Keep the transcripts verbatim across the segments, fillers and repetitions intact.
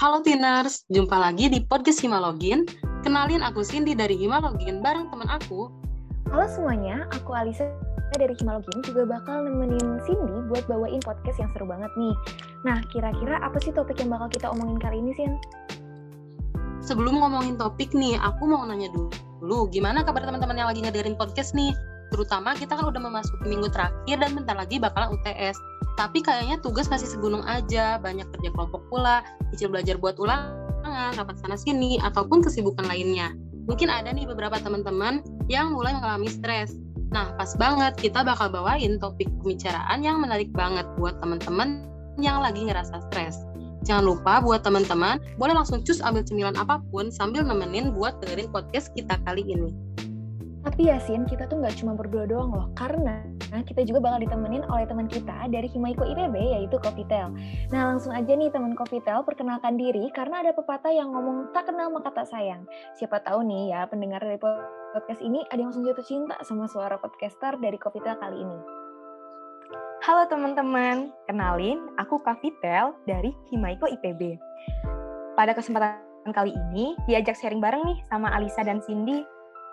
Halo Tiners, jumpa lagi di podcast Himalogin. Kenalin aku Cindy dari Himalogin bareng teman aku. Halo semuanya, aku Alisa dari Himalogin juga bakal nemenin Cindy buat bawain podcast yang seru banget nih. Nah, kira-kira apa sih topik yang bakal kita omongin kali ini, Sin? Sebelum ngomongin topik nih, aku mau nanya dulu, gimana kabar teman-teman yang lagi ngedengerin podcast nih? Terutama kita kan udah memasuki minggu terakhir dan bentar lagi bakalan U T S. Tapi kayaknya tugas masih segunung aja, banyak kerja kelompok pula, cicil belajar buat ulangan, rapat sana-sini, ataupun kesibukan lainnya. Mungkin ada nih beberapa teman-teman yang mulai mengalami stres. Nah, pas banget kita bakal bawain topik pembicaraan yang menarik banget buat teman-teman yang lagi ngerasa stres. Jangan lupa buat teman-teman, boleh langsung cus ambil cemilan apapun sambil nemenin buat dengerin podcast kita kali ini. Tapi ya, Sin, kita tuh nggak cuma berdua doang loh, karena kita juga bakal ditemenin oleh teman kita dari Himaiko I P B, yaitu Covitel. Nah, langsung aja nih teman Covitel, perkenalkan diri, karena ada pepatah yang ngomong tak kenal maka tak sayang. Siapa tahu nih ya, pendengar dari podcast ini ada yang langsung jatuh cinta sama suara podcaster dari Covitel kali ini. Halo teman-teman, kenalin aku Covitel dari Himaiko I P B. Pada kesempatan kali ini, diajak sharing bareng nih sama Alisa dan Cindy.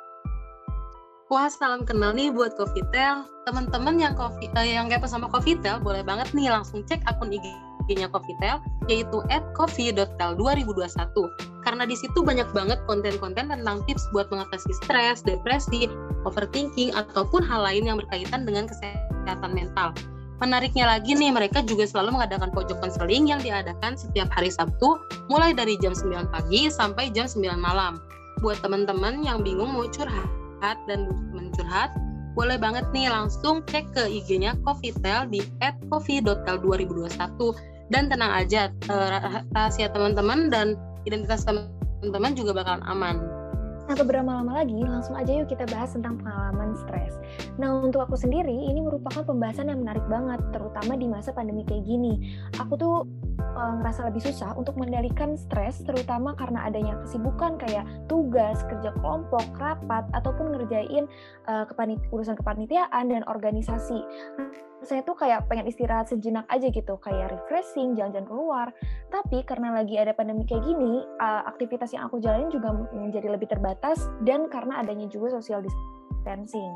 Wah, salam kenal nih buat Covitel. Teman-teman yang Covi, eh, yang kepo sama Covitel, boleh banget nih langsung cek akun I G-nya Covitel, yaitu at covi dot tel dua ribu dua puluh satu. Karena di situ banyak banget konten-konten tentang tips buat mengatasi stres, depresi, overthinking, ataupun hal lain yang berkaitan dengan kesehatan mental. Menariknya lagi nih, mereka juga selalu mengadakan pojok konseling yang diadakan setiap hari Sabtu, mulai dari jam sembilan pagi sampai jam sembilan malam. Buat teman-teman yang bingung mau curhat dan mencurhat, boleh banget nih langsung cek ke I G-nya Covitel di at covi dot tel dua ribu dua puluh satu. Dan tenang aja, rahasia teman-teman dan identitas teman-teman juga bakalan aman. Nah, beberapa lama lagi, langsung aja yuk kita bahas tentang pengalaman stres. Nah, untuk aku sendiri, ini merupakan pembahasan yang menarik banget, terutama di masa pandemi kayak gini. Aku tuh e, ngerasa lebih susah untuk mengendalikan stres, terutama karena adanya kesibukan kayak tugas, kerja kelompok, rapat, ataupun ngerjain e, kepanit- urusan kepanitiaan dan organisasi. Saya tuh kayak pengen istirahat sejenak aja gitu, kayak refreshing, jalan-jalan keluar. Tapi karena lagi ada pandemi kayak gini, aktivitas yang aku jalanin juga menjadi lebih terbatas, dan karena adanya juga social distancing.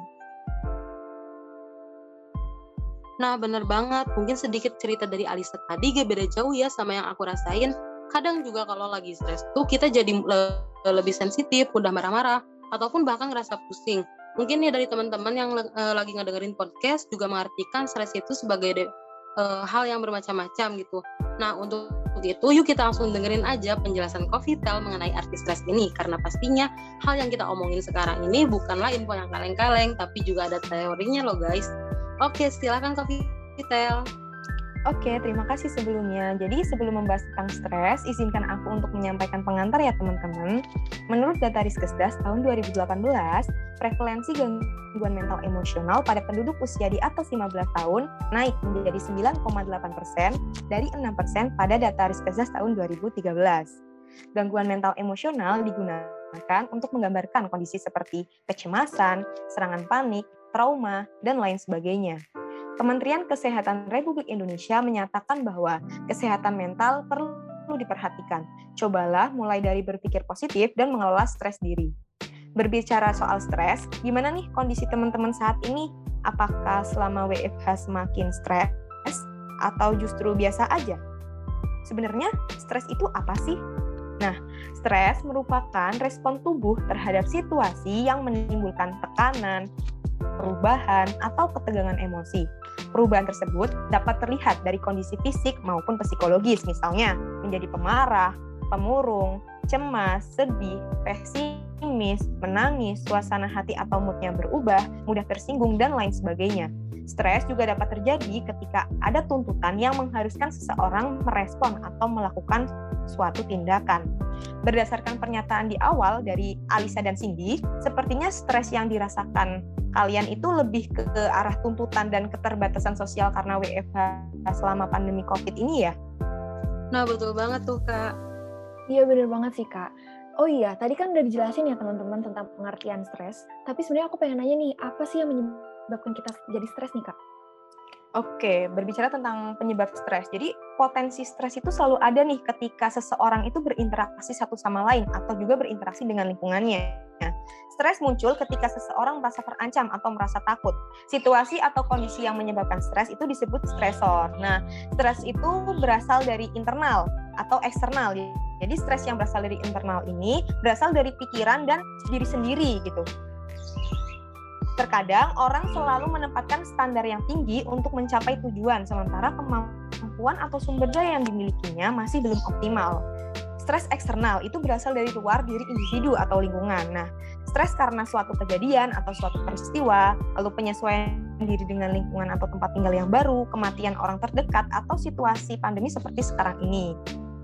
Nah, bener banget. Mungkin sedikit cerita dari Alisa tadi gak beda jauh ya sama yang aku rasain. Kadang juga kalau lagi stres tuh kita jadi le- lebih sensitif, mudah marah-marah, ataupun bahkan ngerasa pusing. Mungkin nih dari teman-teman yang uh, lagi ngedengerin podcast juga mengartikan stres itu sebagai de- uh, hal yang bermacam-macam gitu. Nah, untuk itu yuk kita langsung dengerin aja penjelasan Covitel mengenai arti stres ini, karena pastinya hal yang kita omongin sekarang ini bukanlah info yang kaleng-kaleng, tapi juga ada teorinya loh guys. Oke, silakan Covitel. Oke, terima kasih sebelumnya. Jadi sebelum membahas tentang stres, izinkan aku untuk menyampaikan pengantar ya teman-teman. Menurut data Riskesdas tahun dua ribu delapan belas, prevalensi gangguan mental emosional pada penduduk usia di atas lima belas tahun naik menjadi sembilan koma delapan persen dari enam persen pada data Riskesdas tahun dua ribu tiga belas. Gangguan mental emosional digunakan untuk menggambarkan kondisi seperti kecemasan, serangan panik, trauma, dan lain sebagainya. Kementerian Kesehatan Republik Indonesia menyatakan bahwa kesehatan mental perlu diperhatikan. Cobalah mulai dari berpikir positif dan mengelola stres diri. Berbicara soal stres, gimana nih kondisi teman-teman saat ini? Apakah selama W F H semakin stres atau justru biasa aja? Sebenarnya stres itu apa sih? Nah, stres merupakan respon tubuh terhadap situasi yang menimbulkan tekanan, perubahan, atau ketegangan emosi. Perubahan tersebut dapat terlihat dari kondisi fisik maupun psikologis, misalnya menjadi pemarah, pemurung, cemas, sedih, pesimis, menangis, suasana hati atau moodnya berubah, mudah tersinggung, dan lain sebagainya. Stres juga dapat terjadi ketika ada tuntutan yang mengharuskan seseorang merespon atau melakukan suatu tindakan. Berdasarkan pernyataan di awal dari Alisa dan Cindy, sepertinya stres yang dirasakan kalian itu lebih ke, ke arah tuntutan dan keterbatasan sosial karena W F H selama pandemi COVID ini ya? Nah, betul banget tuh, Kak. Iya, bener banget sih, Kak. Oh iya, tadi kan udah dijelasin ya teman-teman tentang pengertian stres, tapi sebenarnya aku pengen nanya nih, apa sih yang menyebabkan kita jadi stres nih, Kak? Oke, berbicara tentang penyebab stres. Jadi potensi stres itu selalu ada nih ketika seseorang itu berinteraksi satu sama lain atau juga berinteraksi dengan lingkungannya. Stres muncul ketika seseorang merasa terancam atau merasa takut. Situasi atau kondisi yang menyebabkan stres itu disebut stresor. Nah, stres itu berasal dari internal atau eksternal. Jadi stres yang berasal dari internal ini berasal dari pikiran dan diri sendiri gitu. Terkadang orang selalu menempatkan standar yang tinggi untuk mencapai tujuan, sementara kemampuan atau sumber daya yang dimilikinya masih belum optimal. Stres eksternal itu berasal dari luar diri individu atau lingkungan. Nah, stres karena suatu kejadian atau suatu peristiwa, lalu penyesuaian diri dengan lingkungan atau tempat tinggal yang baru, kematian orang terdekat, atau situasi pandemi seperti sekarang ini.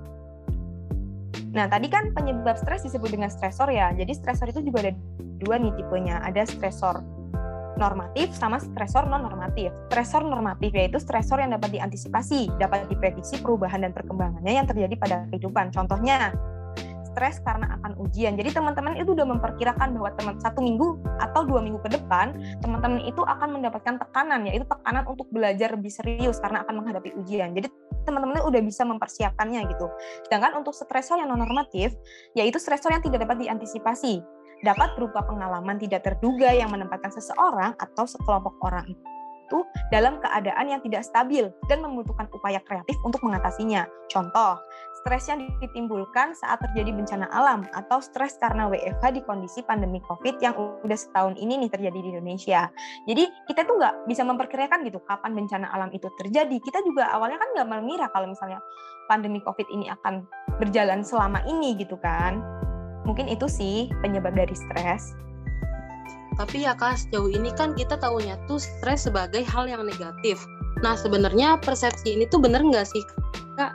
Nah, tadi kan penyebab stres disebut dengan stresor ya. Jadi stresor itu juga ada dua nih tipenya. Ada stresor normatif sama stresor non-normatif. Stresor normatif yaitu stresor yang dapat diantisipasi, dapat diprediksi perubahan dan perkembangannya yang terjadi pada kehidupan. Contohnya, stres karena akan ujian. Jadi teman-teman itu udah memperkirakan bahwa teman satu minggu atau dua minggu ke depan, teman-teman itu akan mendapatkan tekanan, yaitu tekanan untuk belajar lebih serius karena akan menghadapi ujian. Jadi teman-teman udah bisa mempersiapkannya gitu. Sedangkan untuk stresor yang non-normatif, yaitu stresor yang tidak dapat diantisipasi, dapat berupa pengalaman tidak terduga yang menempatkan seseorang atau sekelompok orang itu dalam keadaan yang tidak stabil dan membutuhkan upaya kreatif untuk mengatasinya. Contoh, stres yang ditimbulkan saat terjadi bencana alam atau stres karena W F H di kondisi pandemi COVID yang udah setahun ini nih terjadi di Indonesia. Jadi kita tuh nggak bisa memperkirakan gitu kapan bencana alam itu terjadi. Kita juga awalnya kan nggak mengira kalau misalnya pandemi COVID ini akan berjalan selama ini gitu kan. Mungkin itu sih penyebab dari stres. Tapi ya Kak, sejauh ini kan kita tahunya tuh stres sebagai hal yang negatif. Nah, sebenarnya persepsi ini tuh bener nggak sih Kak?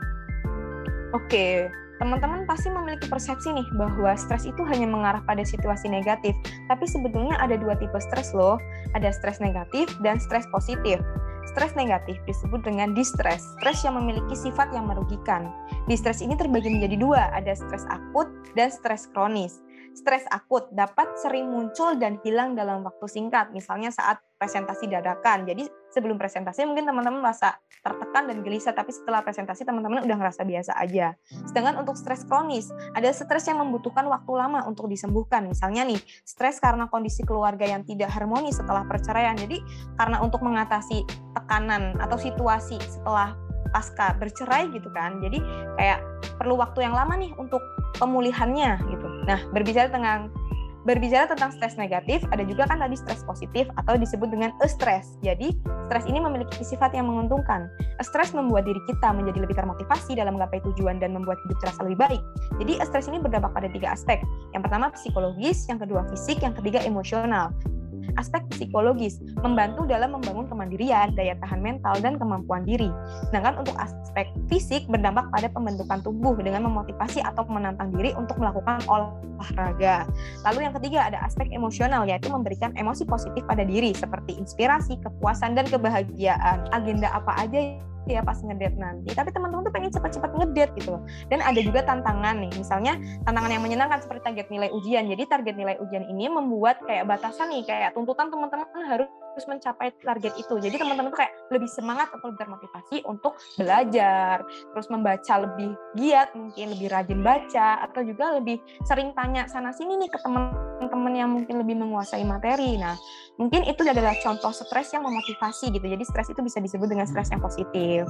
Oke, teman-teman pasti memiliki persepsi nih bahwa stres itu hanya mengarah pada situasi negatif. Tapi sebetulnya ada dua tipe stres loh. Ada stres negatif dan stres positif. Stres negatif disebut dengan distress, stres yang memiliki sifat yang merugikan. Distress ini terbagi menjadi dua, ada stres akut dan stres kronis. Stres akut dapat sering muncul dan hilang dalam waktu singkat, misalnya saat presentasi dadakan. Jadi sebelum presentasi mungkin teman-teman merasa tertekan dan gelisah, tapi setelah presentasi teman-teman udah ngerasa biasa aja. Sedangkan untuk stres kronis, ada stres yang membutuhkan waktu lama untuk disembuhkan. Misalnya nih, stres karena kondisi keluarga yang tidak harmonis setelah perceraian. Jadi karena untuk mengatasi tekanan atau situasi setelah pasca bercerai gitu kan, jadi kayak perlu waktu yang lama nih untuk pemulihannya gitu. Nah, berbicara tentang berbicara tentang stres negatif, ada juga kan tadi stres positif atau disebut dengan eustress. Jadi stres ini memiliki sifat yang menguntungkan. Eustress membuat diri kita menjadi lebih termotivasi dalam menggapai tujuan dan membuat hidup terasa lebih baik. Jadi eustress ini berdampak pada tiga aspek. Yang pertama psikologis, yang kedua fisik, yang ketiga emosional. Aspek psikologis membantu dalam membangun kemandirian, daya tahan mental, dan kemampuan diri. Sedangkan untuk aspek fisik berdampak pada pembentukan tubuh dengan memotivasi atau menantang diri untuk melakukan olahraga. Lalu yang ketiga ada aspek emosional, yaitu memberikan emosi positif pada diri seperti inspirasi, kepuasan, dan kebahagiaan. Agenda apa aja ya pas ngedate nanti, tapi teman-teman tuh pengen cepat-cepat ngedate gitu. Dan ada juga tantangan nih, misalnya tantangan yang menyenangkan seperti target nilai ujian. Jadi target nilai ujian ini membuat kayak batasan nih, kayak tuntutan teman-teman harus terus mencapai target itu. Jadi teman-teman tuh kayak lebih semangat atau lebih termotivasi untuk belajar, terus membaca lebih giat, mungkin lebih rajin baca, atau juga lebih sering tanya sana-sini nih ke teman-teman yang mungkin lebih menguasai materi. Nah, mungkin itu adalah contoh stres yang memotivasi gitu. Jadi stres itu bisa disebut dengan stres yang positif.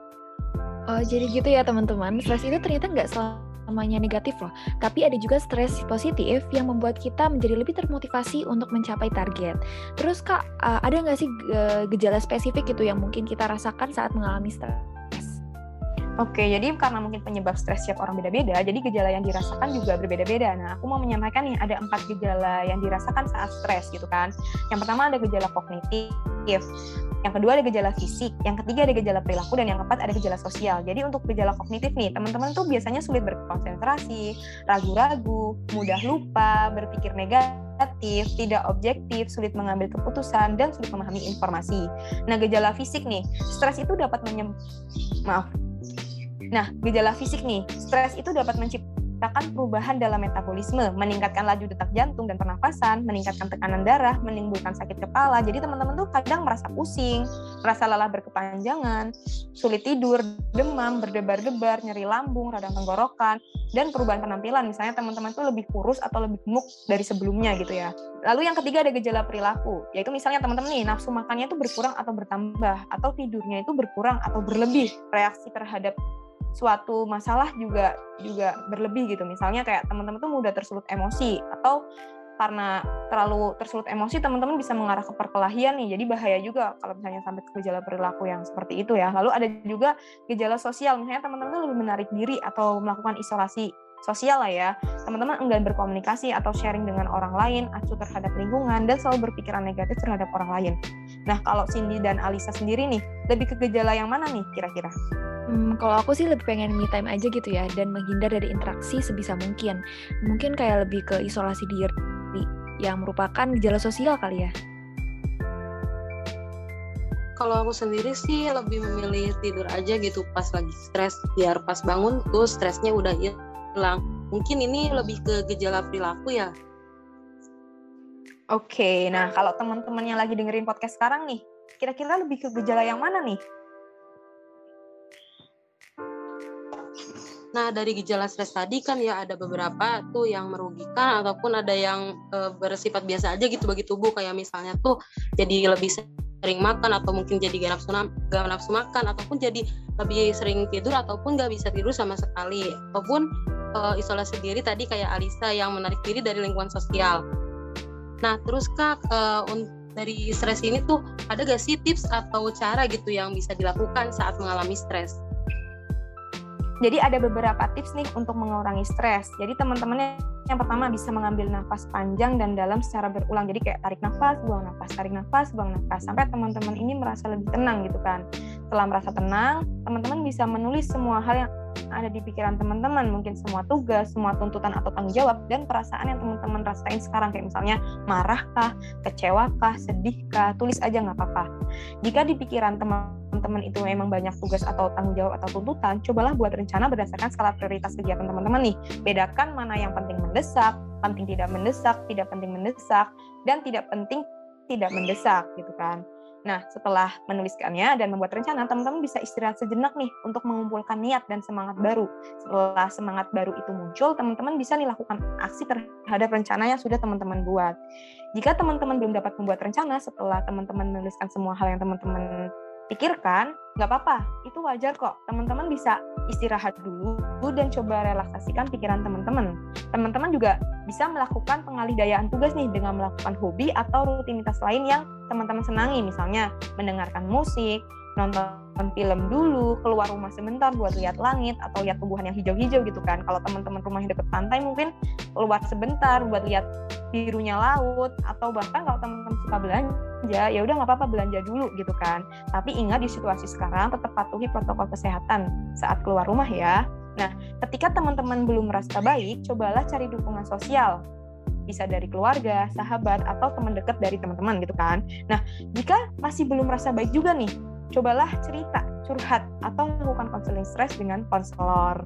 Oh, jadi gitu ya teman-teman. Stres itu ternyata nggak selamanya negatif loh. Tapi ada juga stres positif yang membuat kita menjadi lebih termotivasi untuk mencapai target. Terus Kak, ada nggak sih gejala spesifik gitu yang mungkin kita rasakan saat mengalami stres? Oke, jadi karena mungkin penyebab stres setiap orang beda-beda, jadi gejala yang dirasakan juga berbeda-beda. Nah, aku mau menyampaikan nih, ada empat gejala yang dirasakan saat stres gitu kan. Yang pertama ada gejala kognitif, yang kedua ada gejala fisik, yang ketiga ada gejala perilaku, dan yang keempat ada gejala sosial. Jadi untuk gejala kognitif nih, teman-teman tuh biasanya sulit berkonsentrasi, ragu-ragu, mudah lupa, berpikir negatif, tidak objektif, sulit mengambil keputusan, dan sulit memahami informasi. Nah, gejala fisik nih, stres itu dapat menyem... maaf. Nah, gejala fisik nih, stres itu dapat menciptakan perubahan dalam metabolisme, meningkatkan laju detak jantung dan pernapasan, meningkatkan tekanan darah, menimbulkan sakit kepala. Jadi teman-teman tuh kadang merasa pusing, merasa lelah berkepanjangan, sulit tidur, demam, berdebar-debar, nyeri lambung, radang tenggorokan, dan perubahan penampilan. Misalnya teman-teman tuh lebih kurus atau lebih gemuk dari sebelumnya gitu ya. Lalu yang ketiga ada gejala perilaku, yaitu misalnya teman-teman nih nafsu makannya itu berkurang atau bertambah, atau tidurnya itu berkurang atau berlebih, reaksi terhadap suatu masalah juga juga berlebih gitu. Misalnya kayak teman-teman tuh mudah tersulut emosi, atau karena terlalu tersulut emosi teman-teman bisa mengarah ke perkelahian nih. Jadi bahaya juga kalau misalnya sampai ke gejala perilaku yang seperti itu ya. Lalu ada juga gejala sosial, misalnya teman-teman tuh lebih menarik diri atau melakukan isolasi sosial lah ya. Teman-teman enggan berkomunikasi atau sharing dengan orang lain, acuh terhadap lingkungan, dan selalu berpikiran negatif terhadap orang lain. Nah, kalau Cindy dan Alisa sendiri nih, lebih ke gejala yang mana nih kira-kira? Hmm, kalau aku sih lebih pengen me time aja gitu ya, dan menghindar dari interaksi sebisa mungkin. Mungkin kayak lebih ke isolasi diri, yang merupakan gejala sosial kali ya. Kalau aku sendiri sih lebih memilih tidur aja gitu pas lagi stres, biar pas bangun tuh stresnya udah hilang. Mungkin ini lebih ke gejala perilaku ya. Oke, nah kalau teman-teman yang lagi dengerin podcast sekarang nih, kira-kira lebih ke gejala yang mana nih? Nah, dari gejala stres tadi kan ya ada beberapa tuh yang merugikan ataupun ada yang e, bersifat biasa aja gitu bagi tubuh, kayak misalnya tuh jadi lebih sering makan atau mungkin jadi gak nafsu, gak nafsu makan, ataupun jadi lebih sering tidur ataupun gak bisa tidur sama sekali, ataupun e, isolasi diri tadi kayak Alisa yang menarik diri dari lingkungan sosial. Nah, terus Kak, e, dari stres ini tuh ada gak sih tips atau cara gitu yang bisa dilakukan saat mengalami stres? Jadi ada beberapa tips nih untuk mengurangi stres. Jadi teman-teman yang pertama bisa mengambil nafas panjang dan dalam secara berulang. Jadi kayak tarik nafas, buang nafas, tarik nafas, buang nafas, sampai teman-teman ini merasa lebih tenang gitu kan. Setelah merasa tenang, teman-teman bisa menulis semua hal yang ada di pikiran teman-teman, mungkin semua tugas, semua tuntutan atau tanggung jawab, dan perasaan yang teman-teman rasain sekarang, kayak misalnya marahkah, kecewakah, sedihkah, tulis aja nggak apa-apa. Jika di pikiran teman-teman itu memang banyak tugas atau tanggung jawab atau tuntutan, cobalah buat rencana berdasarkan skala prioritas kegiatan teman-teman nih. Bedakan mana yang penting mendesak, penting tidak mendesak, tidak penting mendesak, dan tidak penting tidak mendesak gitu kan. Nah, setelah menuliskannya dan membuat rencana, teman-teman bisa istirahat sejenak nih untuk mengumpulkan niat dan semangat baru. Setelah semangat baru itu muncul, teman-teman bisa nih lakukan aksi terhadap rencana yang sudah teman-teman buat. Jika teman-teman belum dapat membuat rencana setelah teman-teman menuliskan semua hal yang teman-teman pikirkan, nggak apa-apa, itu wajar kok. Teman-teman bisa istirahat dulu dan coba relaksasikan pikiran teman-teman. Teman-teman juga bisa melakukan pengalihdayan tugas nih dengan melakukan hobi atau rutinitas lain yang teman-teman senangi, misalnya mendengarkan musik, nonton film dulu, keluar rumah sebentar buat lihat langit atau lihat tumbuhan yang hijau-hijau gitu kan. Kalau teman-teman rumahnya dekat pantai, mungkin keluar sebentar buat lihat birunya laut, atau bahkan kalau teman-teman suka belanja, ya udah nggak apa-apa belanja dulu gitu kan. Tapi ingat di situasi sekarang tetap patuhi protokol kesehatan saat keluar rumah ya. Nah, ketika teman-teman belum merasa baik, cobalah cari dukungan sosial. Bisa dari keluarga, sahabat, atau teman dekat dari teman-teman gitu kan. Nah, jika masih belum merasa baik juga nih, cobalah cerita, curhat, atau melakukan konseling stres dengan konselor.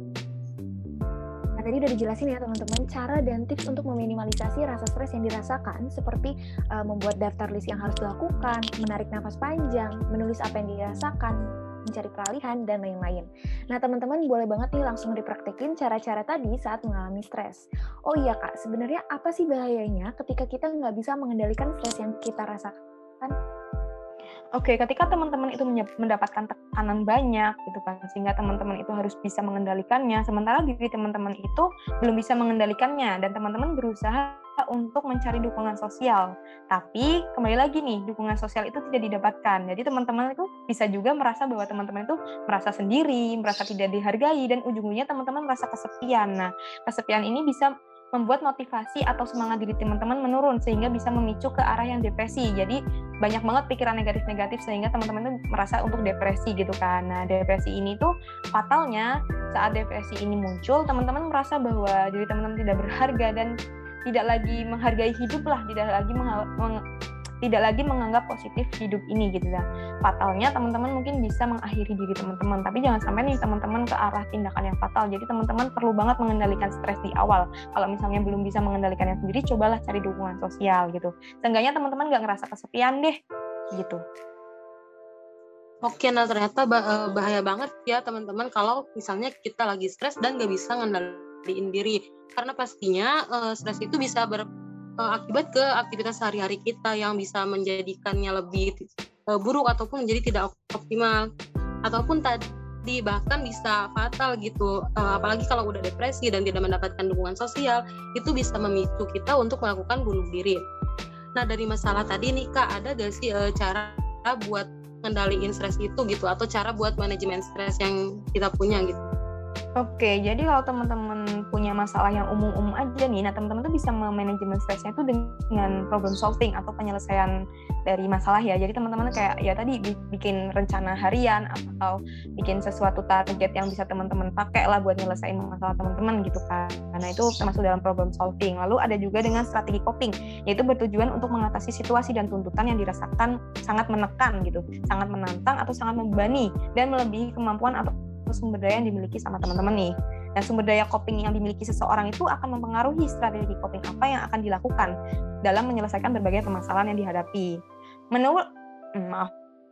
Nah, tadi udah dijelasin ya teman-teman cara dan tips untuk meminimalisasi rasa stres yang dirasakan, seperti uh, membuat daftar list yang harus dilakukan, menarik nafas panjang, menulis apa yang dirasakan, mencari peralihan, dan lain-lain. Nah, teman-teman boleh banget nih langsung dipraktekin cara-cara tadi saat mengalami stres. Oh iya Kak, sebenarnya apa sih bahayanya ketika kita nggak bisa mengendalikan stres yang kita rasakan? Oke, ketika teman-teman itu mendapatkan tekanan banyak gitu kan, sehingga teman-teman itu harus bisa mengendalikannya, sementara diri teman-teman itu belum bisa mengendalikannya, dan teman-teman berusaha untuk mencari dukungan sosial. Tapi kembali lagi nih, dukungan sosial itu tidak didapatkan. Jadi teman-teman itu bisa juga merasa bahwa teman-teman itu merasa sendiri, merasa tidak dihargai, dan ujung-ujungnya teman-teman merasa kesepian. Nah, kesepian ini bisa membuat motivasi atau semangat diri teman-teman menurun, sehingga bisa memicu ke arah yang depresi. Jadi banyak banget pikiran negatif-negatif sehingga teman-teman tuh merasa untuk depresi gitu kan. Nah, depresi ini tuh fatalnya saat depresi ini muncul, teman-teman merasa bahwa diri teman-teman tidak berharga dan tidak lagi menghargai hidup lah, tidak lagi meng- meng- tidak lagi menganggap positif hidup ini gitu ya. Fatalnya teman-teman mungkin bisa mengakhiri diri teman-teman, tapi jangan sampai nih teman-teman ke arah tindakan yang fatal. Jadi teman-teman perlu banget mengendalikan stres di awal. Kalau misalnya belum bisa mengendalikannya sendiri, cobalah cari dukungan sosial gitu. Seenggaknya teman-teman nggak ngerasa kesepian deh gitu. Oke, nah ternyata bahaya banget ya teman-teman kalau misalnya kita lagi stres dan nggak bisa ngendaliin diri. Karena pastinya uh, stres itu bisa berakibat ke aktivitas sehari-hari kita yang bisa menjadikannya lebih uh, buruk ataupun menjadi tidak optimal. Ataupun tadi bahkan bisa fatal gitu. Uh, apalagi kalau udah depresi dan tidak mendapatkan dukungan sosial, itu bisa memicu kita untuk melakukan bunuh diri. Nah, dari masalah tadi nih Kak, ada gak sih uh, cara buat ngendaliin stres itu gitu, atau cara buat manajemen stres yang kita punya gitu? Oke, jadi kalau teman-teman punya masalah yang umum-umum aja nih, nah teman-teman tuh bisa memanajemen stresnya itu dengan problem solving atau penyelesaian dari masalah ya. Jadi teman-teman kayak ya tadi bikin rencana harian atau bikin sesuatu target yang bisa teman-teman pakai lah buat nyelesain masalah teman-teman gitu kan. Nah itu termasuk dalam problem solving. Lalu ada juga dengan strategi coping, yaitu bertujuan untuk mengatasi situasi dan tuntutan yang dirasakan sangat menekan gitu, sangat menantang atau sangat membebani dan melebihi kemampuan atau sumber daya yang dimiliki sama teman-teman nih. Dan sumber daya coping yang dimiliki seseorang itu akan mempengaruhi strategi coping apa yang akan dilakukan dalam menyelesaikan berbagai permasalahan yang dihadapi. Menurut hmm, maaf.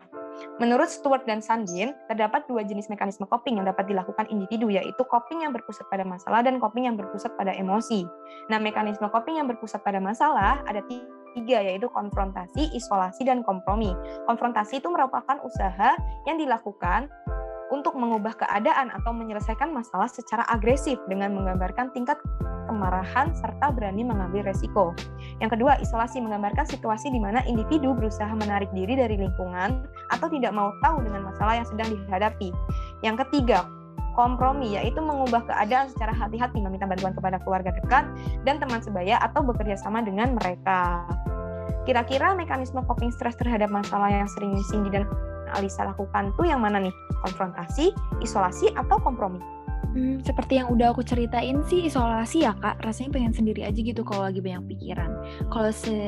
Menurut Stewart dan Sandin, terdapat dua jenis mekanisme coping yang dapat dilakukan individu, yaitu coping yang berpusat pada masalah dan coping yang berpusat pada emosi. Nah, mekanisme coping yang berpusat pada masalah ada tiga, yaitu konfrontasi, isolasi, dan kompromi. Konfrontasi itu merupakan usaha yang dilakukan untuk mengubah keadaan atau menyelesaikan masalah secara agresif dengan menggambarkan tingkat kemarahan serta berani mengambil resiko. Yang kedua, isolasi menggambarkan situasi di mana individu berusaha menarik diri dari lingkungan atau tidak mau tahu dengan masalah yang sedang dihadapi. Yang ketiga, kompromi, yaitu mengubah keadaan secara hati-hati, meminta bantuan kepada keluarga dekat dan teman sebaya atau bekerja sama dengan mereka. Kira-kira mekanisme coping stres terhadap masalah yang sering Cindy dan Alisa lakukan tuh yang mana nih? Konfrontasi, isolasi, atau kompromi? Hmm, seperti yang udah aku ceritain sih isolasi ya Kak, rasanya pengen sendiri aja gitu kalau lagi banyak pikiran. Kalau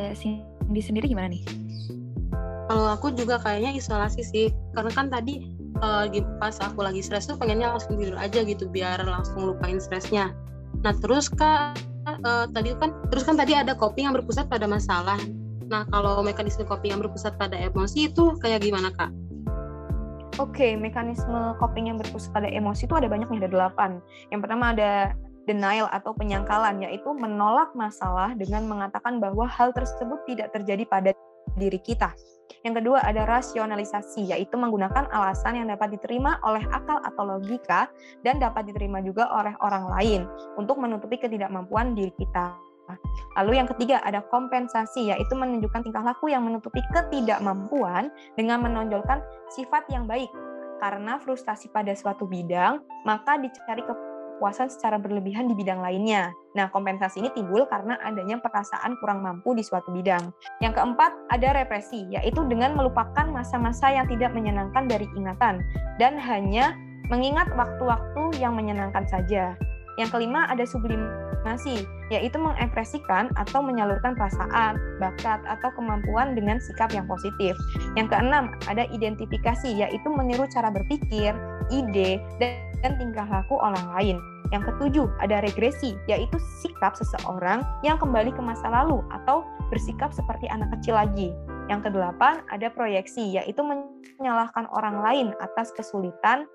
Cindy sendiri gimana nih? Kalau aku juga kayaknya isolasi sih, karena kan tadi uh, pas aku lagi stres tuh pengennya langsung tidur aja gitu biar langsung lupain stresnya. Nah terus Kak, uh, tadi kan terus kan tadi ada coping yang berpusat pada masalah. Nah kalau mekanisme coping yang berpusat pada emosi itu kayak gimana Kak? Oke, okay, mekanisme coping yang berpusat pada emosi itu ada banyak nih, ada delapan. Yang pertama ada denial atau penyangkalan, yaitu menolak masalah dengan mengatakan bahwa hal tersebut tidak terjadi pada diri kita. Yang kedua ada rasionalisasi, yaitu menggunakan alasan yang dapat diterima oleh akal atau logika dan dapat diterima juga oleh orang lain untuk menutupi ketidakmampuan diri kita. Lalu yang ketiga ada kompensasi, yaitu menunjukkan tingkah laku yang menutupi ketidakmampuan dengan menonjolkan sifat yang baik. Karena frustasi pada suatu bidang, maka dicari kepuasan secara berlebihan di bidang lainnya. Nah, kompensasi ini timbul karena adanya perasaan kurang mampu di suatu bidang. Yang keempat ada represi, yaitu dengan melupakan masa-masa yang tidak menyenangkan dari ingatan dan hanya mengingat waktu-waktu yang menyenangkan saja. Yang kelima ada sublimasi, yaitu mengekspresikan atau menyalurkan perasaan, bakat, atau kemampuan dengan sikap yang positif. Yang keenam ada identifikasi, yaitu meniru cara berpikir, ide, dan tingkah laku orang lain. Yang ketujuh ada regresi, yaitu sikap seseorang yang kembali ke masa lalu atau bersikap seperti anak kecil lagi. Yang kedelapan ada proyeksi, yaitu menyalahkan orang lain atas kesulitan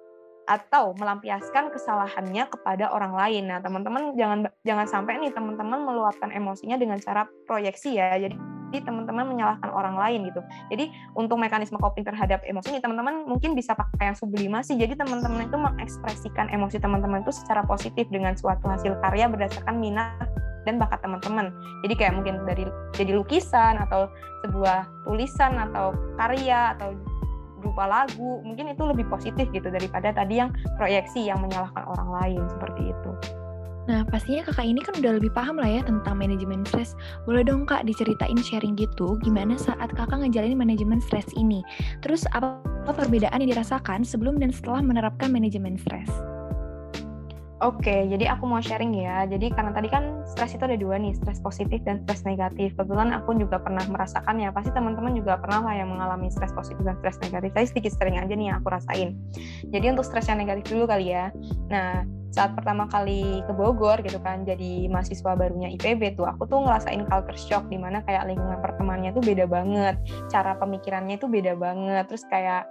atau melampiaskan kesalahannya kepada orang lain. Nah, teman-teman jangan jangan sampai nih teman-teman meluapkan emosinya dengan cara proyeksi ya. Jadi teman-teman menyalahkan orang lain gitu. Jadi untuk mekanisme coping terhadap emosi nih, teman-teman mungkin bisa pakai yang sublimasi. Jadi teman-teman itu mengekspresikan emosi teman-teman itu secara positif dengan suatu hasil karya berdasarkan minat dan bakat teman-teman. Jadi kayak mungkin dari jadi lukisan atau sebuah tulisan atau karya atau berupa lagu, mungkin itu lebih positif gitu daripada tadi yang proyeksi yang menyalahkan orang lain seperti itu. Nah, pastinya kakak ini kan udah lebih paham lah ya tentang manajemen stres. Boleh dong kak diceritain sharing gitu, gimana saat kakak ngejalanin manajemen stres ini? Terus apa perbedaan yang dirasakan sebelum dan setelah menerapkan manajemen stres? Oke, jadi aku mau sharing ya. Jadi karena tadi kan stres itu ada dua nih, stres positif dan stres negatif. Kebetulan aku juga pernah merasakan ya, pasti teman-teman juga pernah lah yang mengalami stres positif dan stres negatif. Saya sedikit sering aja nih yang aku rasain. Jadi untuk stres yang negatif dulu kali ya. Nah, saat pertama kali ke Bogor gitu kan, jadi mahasiswa barunya I P B tuh, aku tuh ngerasain culture shock, dimana kayak lingkungan pertemanannya tuh beda banget, cara pemikirannya itu beda banget, terus kayak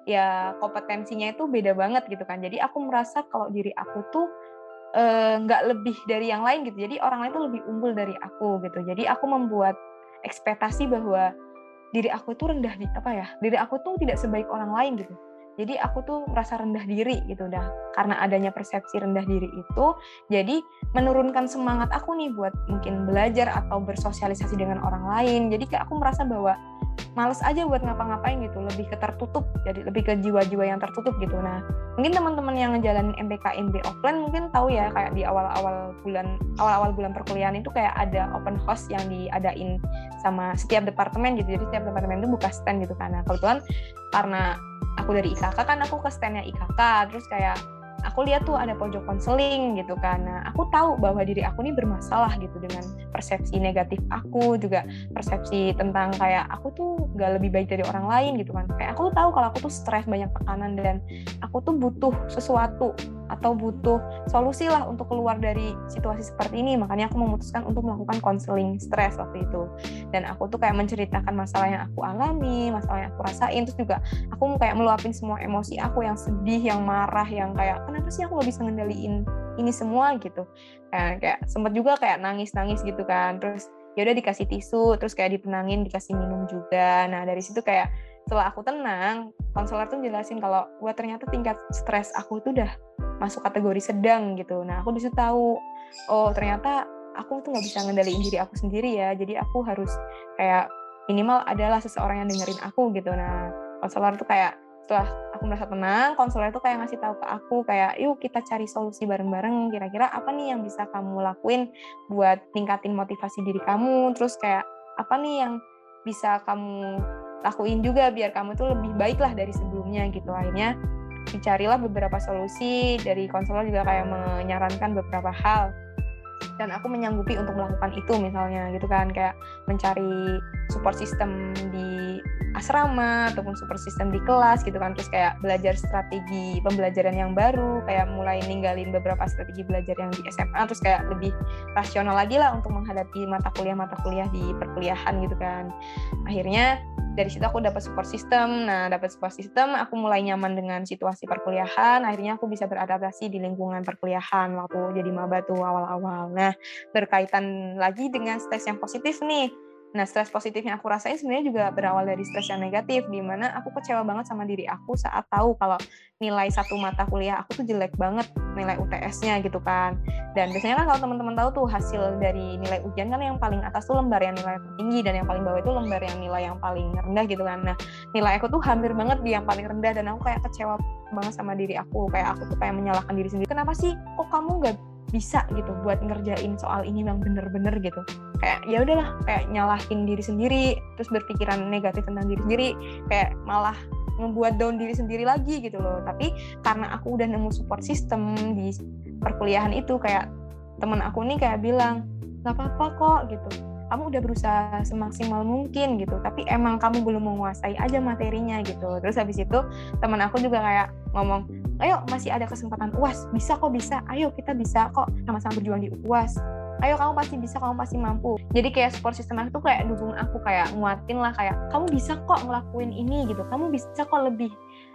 ya kompetensinya itu beda banget gitu kan. Jadi aku merasa kalau diri aku tuh nggak uh, lebih dari yang lain gitu. Jadi orang lain tuh lebih unggul dari aku gitu. Jadi aku membuat ekspektasi bahwa diri aku tuh rendah di apa ya? Diri aku tuh tidak sebaik orang lain gitu. Jadi aku tuh merasa rendah diri gitu dah. Karena adanya persepsi rendah diri itu, jadi menurunkan semangat aku nih buat mungkin belajar atau bersosialisasi dengan orang lain. Jadi kayak aku merasa bahwa males aja buat ngapa-ngapain gitu, lebih ke tertutup, jadi lebih ke jiwa-jiwa yang tertutup gitu. Nah, mungkin teman-teman yang ngejalanin M B K M B offline mungkin tahu ya, kayak di awal-awal bulan awal-awal bulan perkuliahan itu kayak ada open house yang diadain sama setiap departemen gitu. Jadi setiap departemen itu buka stand gitu kan. Nah, kebetulan karena aku dari I K K kan aku ke standnya I K K, terus kayak aku lihat tuh ada pojok konseling gitu kan. Nah, aku tahu bahwa diri aku ini bermasalah gitu dengan persepsi negatif aku, juga persepsi tentang kayak aku tuh gak lebih baik dari orang lain gitu kan. Kayak aku tuh tahu kalau aku tuh stres, banyak tekanan, dan aku tuh butuh sesuatu atau butuh solusi lah untuk keluar dari situasi seperti ini. Makanya aku memutuskan untuk melakukan konseling stres waktu itu. Dan aku tuh kayak menceritakan masalah yang aku alami, masalah yang aku rasain, terus juga aku kayak meluapin semua emosi aku yang sedih, yang marah, yang kayak kenapa sih aku gak bisa ngendaliin ini semua gitu. Kayak, kayak sempet juga kayak nangis-nangis gitu kan. Terus ya udah dikasih tisu, terus kayak ditenangin, dikasih minum juga. Nah, dari situ kayak setelah aku tenang, konselor tuh jelasin kalau wah ternyata tingkat stres aku tuh udah masuk kategori sedang gitu. Nah, aku disitu tahu, oh ternyata aku tuh nggak bisa ngendaliin diri aku sendiri ya. Jadi aku harus kayak minimal adalah seseorang yang dengerin aku gitu. Nah, konselor tuh kayak setelah aku merasa tenang, konselor tuh kayak ngasih tahu ke aku kayak, yuk kita cari solusi bareng-bareng. Kira-kira apa nih yang bisa kamu lakuin buat ningkatin motivasi diri kamu? Terus kayak apa nih yang bisa kamu lakuin juga biar kamu tuh lebih baik lah dari sebelumnya gitu. Akhirnya dicarilah beberapa solusi, dari konselor juga kayak menyarankan beberapa hal, dan aku menyanggupi untuk melakukan itu misalnya gitu kan, kayak mencari support system di asrama ataupun support system di kelas gitu kan, terus kayak belajar strategi pembelajaran yang baru, kayak mulai ninggalin beberapa strategi belajar yang di S M A, terus kayak lebih rasional lagi lah untuk menghadapi mata kuliah-mata kuliah di perkuliahan gitu kan. Akhirnya dari situ aku dapat support system. Nah, dapat support system, aku mulai nyaman dengan situasi perkuliahan. Akhirnya aku bisa beradaptasi di lingkungan perkuliahan waktu jadi maba tuh awal-awal. Nah, berkaitan lagi dengan stres yang positif nih. Nah, stres positif yang aku rasain sebenarnya juga berawal dari stres yang negatif, di mana aku kecewa banget sama diri aku saat tahu kalau nilai satu mata kuliah aku tuh jelek banget, nilai U T S-nya gitu kan. Dan biasanya kan kalau teman-teman tahu tuh hasil dari nilai ujian kan yang paling atas tuh lembar yang nilai tertinggi, dan yang paling bawah itu lembar yang nilai yang paling rendah gitu kan. Nah, nilai aku tuh hampir banget di yang paling rendah, dan aku kayak kecewa banget sama diri aku. Kayak aku tuh kayak menyalahkan diri sendiri. Kenapa sih kok kamu nggak bisa gitu buat ngerjain soal ini yang bener-bener gitu. Kayak ya udahlah, kayak nyalahin diri sendiri, terus berpikiran negatif tentang diri sendiri, kayak malah ngebuat down diri sendiri lagi gitu loh. Tapi karena aku udah nemu support system di perkuliahan itu, kayak teman aku nih kayak bilang, gak apa-apa kok gitu, kamu udah berusaha semaksimal mungkin gitu, tapi emang kamu belum menguasai aja materinya gitu. Terus habis itu teman aku juga kayak ngomong, ayo masih ada kesempatan U A S, bisa kok bisa, ayo kita bisa kok sama-sama berjuang di U A S, ayo kamu pasti bisa, kamu pasti mampu. Jadi kayak support system aku tuh kayak dukung aku, kayak nguatin lah, kayak kamu bisa kok ngelakuin ini gitu, kamu bisa kok lebih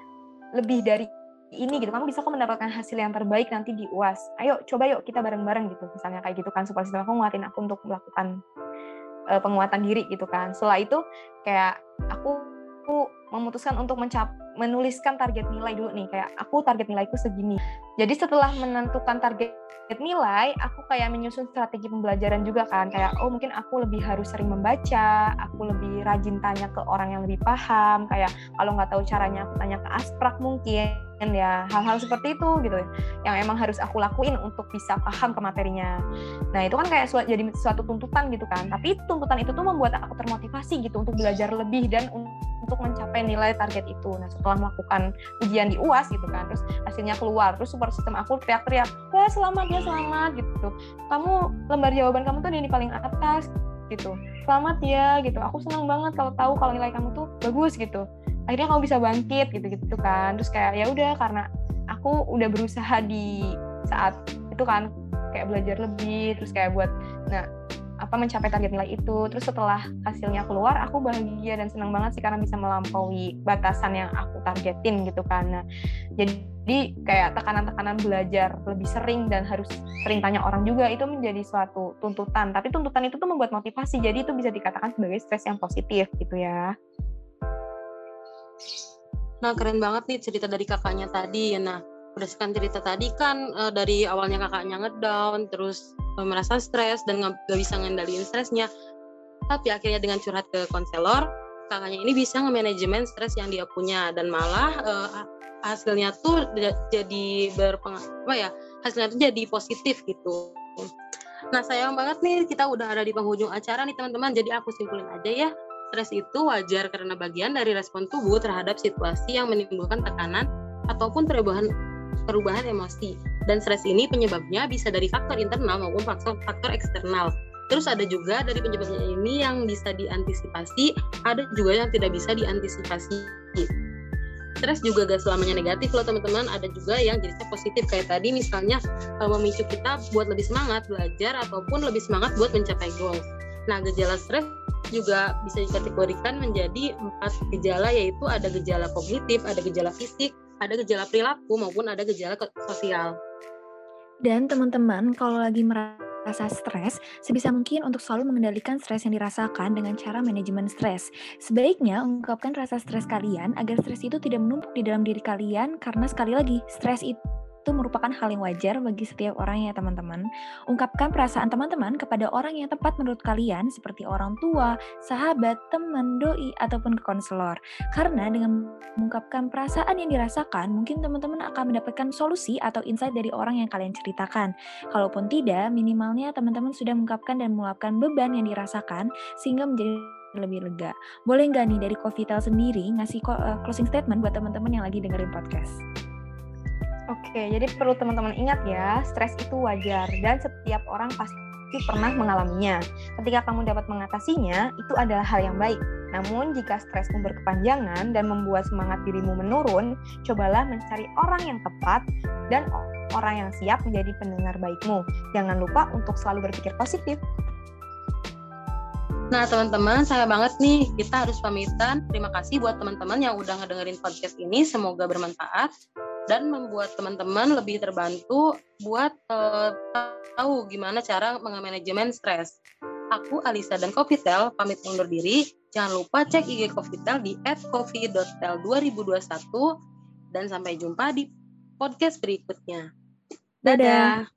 lebih dari ini gitu, kamu bisa kok mendapatkan hasil yang terbaik nanti di U A S, ayo coba yuk kita bareng-bareng gitu, misalnya kayak gitu kan. Support system aku nguatin aku untuk melakukan uh, penguatan diri gitu kan. Setelah itu kayak aku aku memutuskan untuk mencap menuliskan target nilai dulu nih, kayak aku target nilaiku segini. Jadi setelah menentukan target nilai, aku kayak menyusun strategi pembelajaran juga kan, kayak oh mungkin aku lebih harus sering membaca, aku lebih rajin tanya ke orang yang lebih paham, kayak kalau nggak tahu caranya aku tanya ke asprak mungkin, ya hal-hal seperti itu gitu, yang emang harus aku lakuin untuk bisa paham ke materinya. Nah itu kan kayak su- jadi suatu tuntutan gitu kan, tapi tuntutan itu tuh membuat aku termotivasi gitu untuk belajar lebih dan untuk mencapai nilai target itu. Nah setelah melakukan ujian di U A S gitu kan, terus hasilnya keluar, terus support system aku teriak-teriak, wah selamat ya selamat gitu, kamu lembar jawaban kamu tuh ada di paling atas gitu, selamat ya gitu, aku senang banget kalau tahu kalau nilai kamu tuh bagus gitu, akhirnya kamu bisa bangkit gitu gitu kan. Terus kayak ya udah, karena aku udah berusaha di saat itu kan kayak belajar lebih, terus kayak buat nah apa mencapai target nilai itu. Terus setelah hasilnya keluar aku bahagia dan senang banget sih karena bisa melampaui batasan yang aku targetin gitu kan. Nah, jadi kayak tekanan-tekanan belajar lebih sering dan harus sering tanya orang juga itu menjadi suatu tuntutan, tapi tuntutan itu tuh membuat motivasi, jadi itu bisa dikatakan sebagai stres yang positif gitu ya. Nah keren banget nih cerita dari kakaknya tadi. Nah berdasarkan cerita tadi kan uh, dari awalnya kakaknya ngedown, terus uh, merasa stres dan nggak bisa ngendaliin stresnya, tapi akhirnya dengan curhat ke konselor, kakaknya ini bisa nge-manajemen stres yang dia punya, dan malah uh, hasilnya tuh jadi berpengaruh, apa ya, hasilnya tuh jadi positif gitu. Nah sayang banget nih kita udah ada di penghujung acara nih teman-teman, jadi aku simpulin aja ya. Stres itu wajar karena bagian dari respon tubuh terhadap situasi yang menimbulkan tekanan ataupun perubahan perubahan emosi. Dan stres ini penyebabnya bisa dari faktor internal maupun faktor, faktor eksternal. Terus ada juga dari penyebabnya ini yang bisa diantisipasi, ada juga yang tidak bisa diantisipasi. Stres juga gak selamanya negatif loh teman-teman, ada juga yang jenisnya positif kayak tadi misalnya memicu kita buat lebih semangat belajar ataupun lebih semangat buat mencapai goals. Nah gejala stres juga bisa dikategorikan menjadi empat gejala, yaitu ada gejala kognitif, ada gejala fisik, ada gejala perilaku, maupun ada gejala sosial. Dan teman-teman, kalau lagi merasa stres, sebisa mungkin untuk selalu mengendalikan stres yang dirasakan dengan cara manajemen stres. Sebaiknya ungkapkan rasa stres kalian agar stres itu tidak menumpuk di dalam diri kalian, karena sekali lagi, stres itu itu merupakan hal yang wajar bagi setiap orang ya teman-teman. Ungkapkan perasaan teman-teman kepada orang yang tepat menurut kalian, seperti orang tua, sahabat, teman, doi, ataupun ke konselor. Karena dengan mengungkapkan perasaan yang dirasakan, mungkin teman-teman akan mendapatkan solusi atau insight dari orang yang kalian ceritakan. Kalaupun tidak, minimalnya teman-teman sudah mengungkapkan dan meluapkan beban yang dirasakan, sehingga menjadi lebih lega. Boleh nggak nih dari Covitel sendiri ngasih closing statement buat teman-teman yang lagi dengerin podcast? Oke, jadi perlu teman-teman ingat ya, stres itu wajar dan setiap orang pasti pernah mengalaminya. Ketika kamu dapat mengatasinya, itu adalah hal yang baik. Namun, jika stresmu berkepanjangan dan membuat semangat dirimu menurun, cobalah mencari orang yang tepat dan orang yang siap menjadi pendengar baikmu. Jangan lupa untuk selalu berpikir positif. Nah teman-teman, sayang banget nih kita harus pamitan. Terima kasih buat teman-teman yang udah ngedengerin podcast ini, semoga bermanfaat dan membuat teman-teman lebih terbantu buat uh, tahu gimana cara manajemen stres. Aku Alisa dan Covitel pamit undur diri. Jangan lupa cek I G Covitel di et covi dot tel dua ribu dua puluh satu dan sampai jumpa di podcast berikutnya. Dadah.